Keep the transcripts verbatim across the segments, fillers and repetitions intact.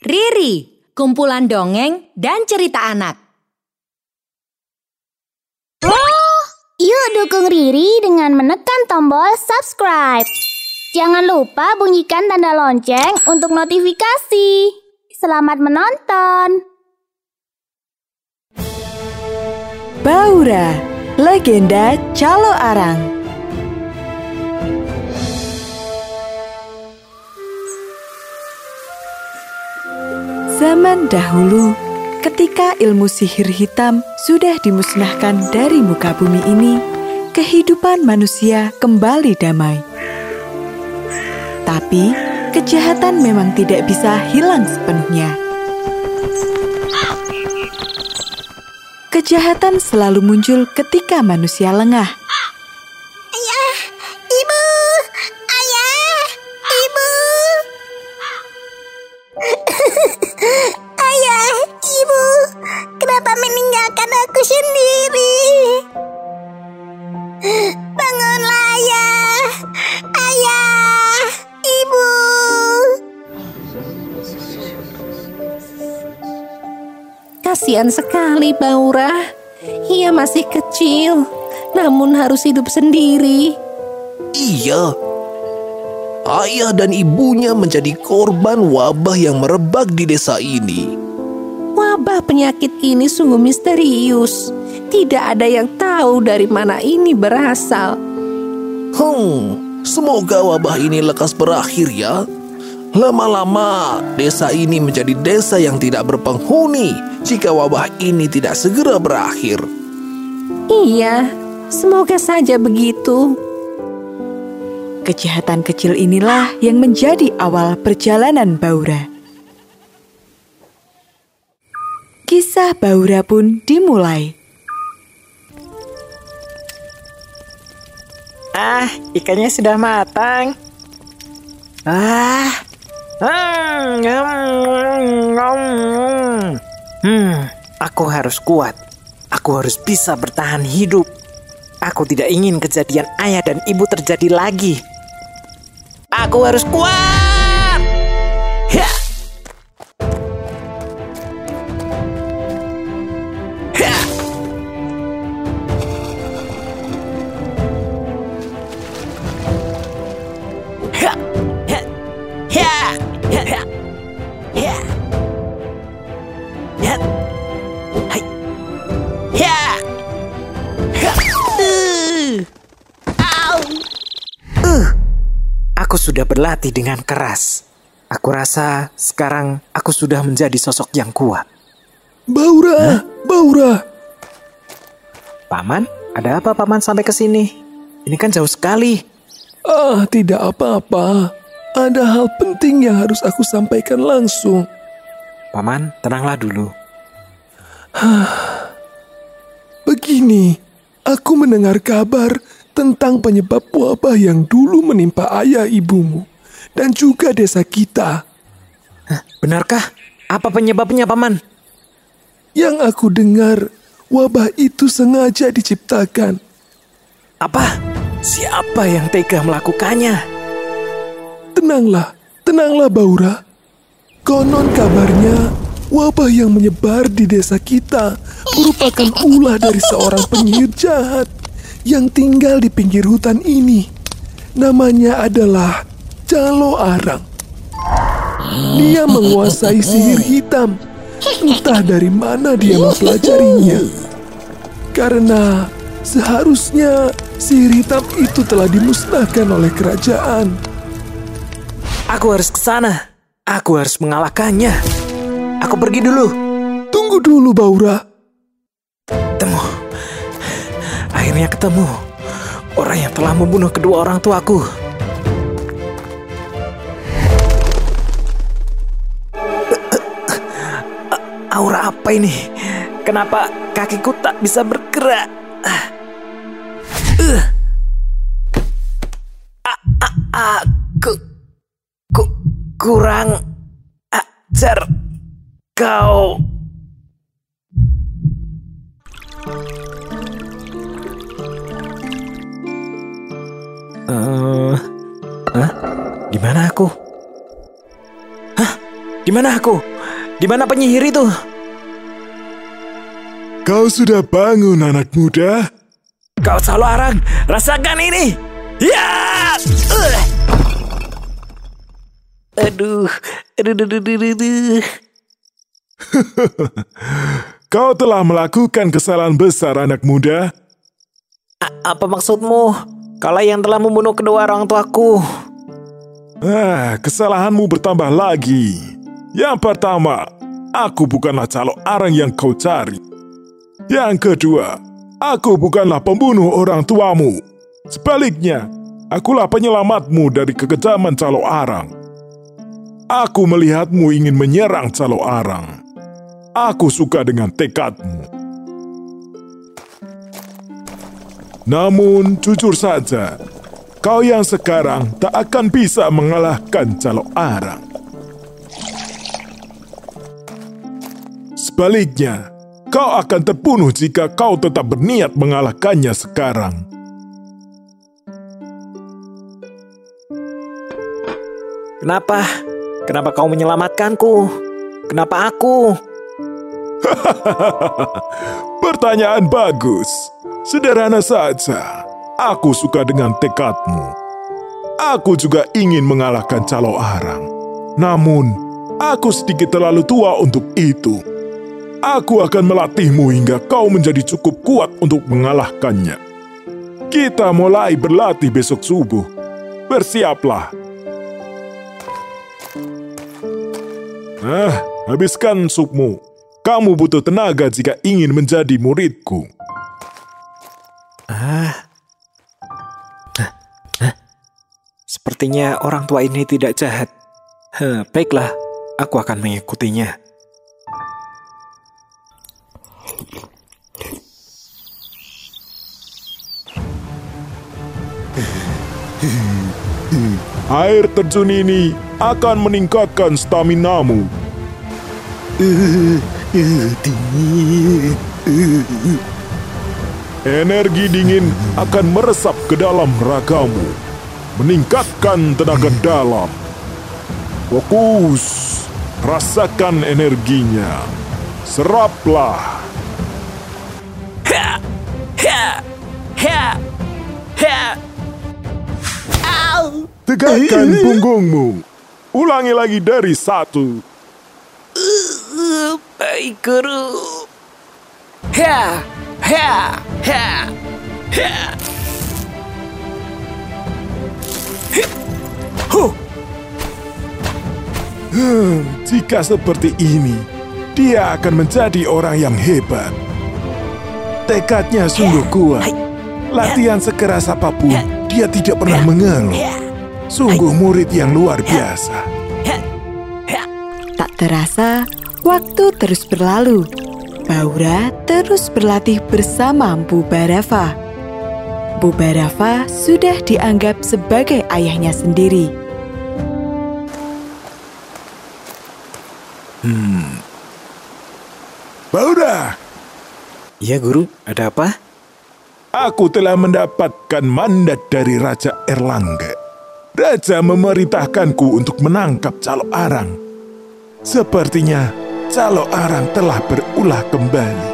Riri, kumpulan dongeng dan cerita anak. Oh, yuk dukung Riri dengan menekan tombol subscribe. Jangan lupa bunyikan tanda lonceng untuk notifikasi. Selamat menonton. Baura, legenda Calo Arang. Zaman dahulu, ketika ilmu sihir hitam sudah dimusnahkan dari muka bumi ini, kehidupan manusia kembali damai. Tapi, kejahatan memang tidak bisa hilang sepenuhnya. Kejahatan selalu muncul ketika manusia lengah. Ayah, ibu, ayah, ibu. Ayah, ibu, kenapa meninggalkan aku sendiri? Bangunlah ayah, ayah, ibu. Kasihan sekali Baura. Ia masih kecil, namun harus hidup sendiri. Iya, ayah dan ibunya menjadi korban wabah yang merebak di desa ini. Wabah penyakit ini sungguh misterius. Tidak ada yang tahu dari mana ini berasal. Hmm, semoga wabah ini lekas berakhir ya. Lama-lama desa ini menjadi desa yang tidak berpenghuni jika wabah ini tidak segera berakhir. Iya, semoga saja begitu. Kejahatan kecil inilah yang menjadi awal perjalanan Baura. Kisah Baura pun dimulai. Ah, ikannya sudah matang. Ah, hmm, hmm, aku harus kuat. Aku harus bisa bertahan hidup. Aku tidak ingin kejadian ayah dan ibu terjadi lagi. Aku harus kuat. Ya. Ya. Ya. Ya. Ya. Ya. Ya. Ya. Hai. Ya. Ya. Uh. Au. Uh. Aku sudah berlatih dengan keras. Aku rasa sekarang aku sudah menjadi sosok yang kuat. Baura, Hah? Baura. Paman, ada apa Paman sampai ke sini? Ini kan jauh sekali. Ah, tidak apa-apa. Ada hal penting yang harus aku sampaikan langsung. Paman, tenanglah dulu. Begini, aku mendengar kabar tentang penyebab wabah yang dulu menimpa ayah ibumu dan juga desa kita. Hah, benarkah? Apa penyebabnya, Paman? Yang aku dengar, wabah itu sengaja diciptakan. Apa? Siapa yang tega melakukannya? Tenanglah, tenanglah Baura. Konon kabarnya, wabah yang menyebar di desa kita merupakan ulah dari seorang penyihir jahat yang tinggal di pinggir hutan ini. Namanya adalah Calo Arang. Dia menguasai sihir hitam. Entah dari mana dia mempelajarinya. Karena seharusnya sihir hitam itu telah dimusnahkan oleh kerajaan. Aku harus ke sana. Aku harus mengalahkannya. Aku pergi dulu. Tunggu dulu, Baura. Temu. Akhirnya ketemu orang yang telah membunuh kedua orang tuaku. Aura apa ini? Kenapa kakiku tak bisa bergerak? Uh. Aku ku, kurang ajar kau. Uh, Hah? Di mana aku? Hah? Di mana aku? Di mana penyihir itu? Kau sudah bangun, anak muda? Kau Calo Arang, rasakan ini. Ya! Uh. Aduh, aduh, aduh, aduh, aduh, aduh. Kau telah melakukan kesalahan besar, anak muda. A- apa maksudmu? Kaulah yang telah membunuh kedua orang tuaku. Ah, kesalahanmu bertambah lagi. Yang pertama, aku bukanlah Calo Arang yang kau cari. Yang kedua, aku bukanlah pembunuh orang tuamu. Sebaliknya, akulah penyelamatmu dari kekejaman Calo Arang. Aku melihatmu ingin menyerang Calo Arang. Aku suka dengan tekadmu. Namun, jujur saja, kau yang sekarang tak akan bisa mengalahkan Calo Arang. Sebaliknya, kau akan terbunuh jika kau tetap berniat mengalahkannya sekarang. Kenapa? Kenapa kau menyelamatkanku? Kenapa aku? Pertanyaan bagus. Sederhana saja. Aku suka dengan tekadmu. Aku juga ingin mengalahkan Calo Arang. Namun, aku sedikit terlalu tua untuk itu. Aku akan melatihmu hingga kau menjadi cukup kuat untuk mengalahkannya. Kita mulai berlatih besok subuh. Bersiaplah. Ah, habiskan supmu. Kamu butuh tenaga jika ingin menjadi muridku. Ah. Hah? Hah? Sepertinya orang tua ini tidak jahat. Huh, baiklah, aku akan mengikutinya. Air terjun ini akan meningkatkan staminamu. Energi dingin akan meresap ke dalam ragamu, meningkatkan tenaga dalam. Fokus, rasakan energinya. Seraplah. Ha! Ha! Ha! Ha! Au! Tegakkan punggungmu. Ulangi lagi dari satu. Uh, baik, Guru. Ha! Ha! Ha! Ha! Huh! Hmm, jika seperti ini, dia akan menjadi orang yang hebat. Tekadnya sungguh kuat. Latihan sekeras apapun, dia tidak pernah mengeluh. Sungguh murid yang luar biasa. Tak terasa, waktu terus berlalu. Baura terus berlatih bersama Mpu Barafa. Mpu Barafa sudah dianggap sebagai ayahnya sendiri. Hmm. Baura! Ya, Guru, ada apa? Aku telah mendapatkan mandat dari Raja Erlangga. Raja memerintahkanku untuk menangkap Calo Arang. Sepertinya Calo Arang telah berulah kembali.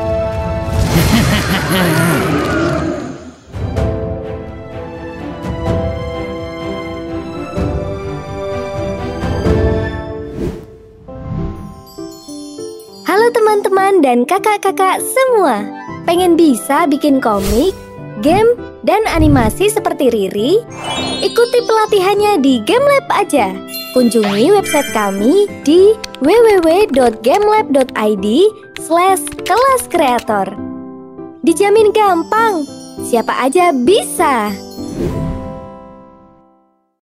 Halo teman-teman dan kakak-kakak semua. Pengen bisa bikin komik, game, dan animasi seperti Riri? Ikuti pelatihannya di GameLab aja. Kunjungi website kami di w w w dot gamelab dot i d slash kelas kreator. Dijamin gampang, siapa aja bisa.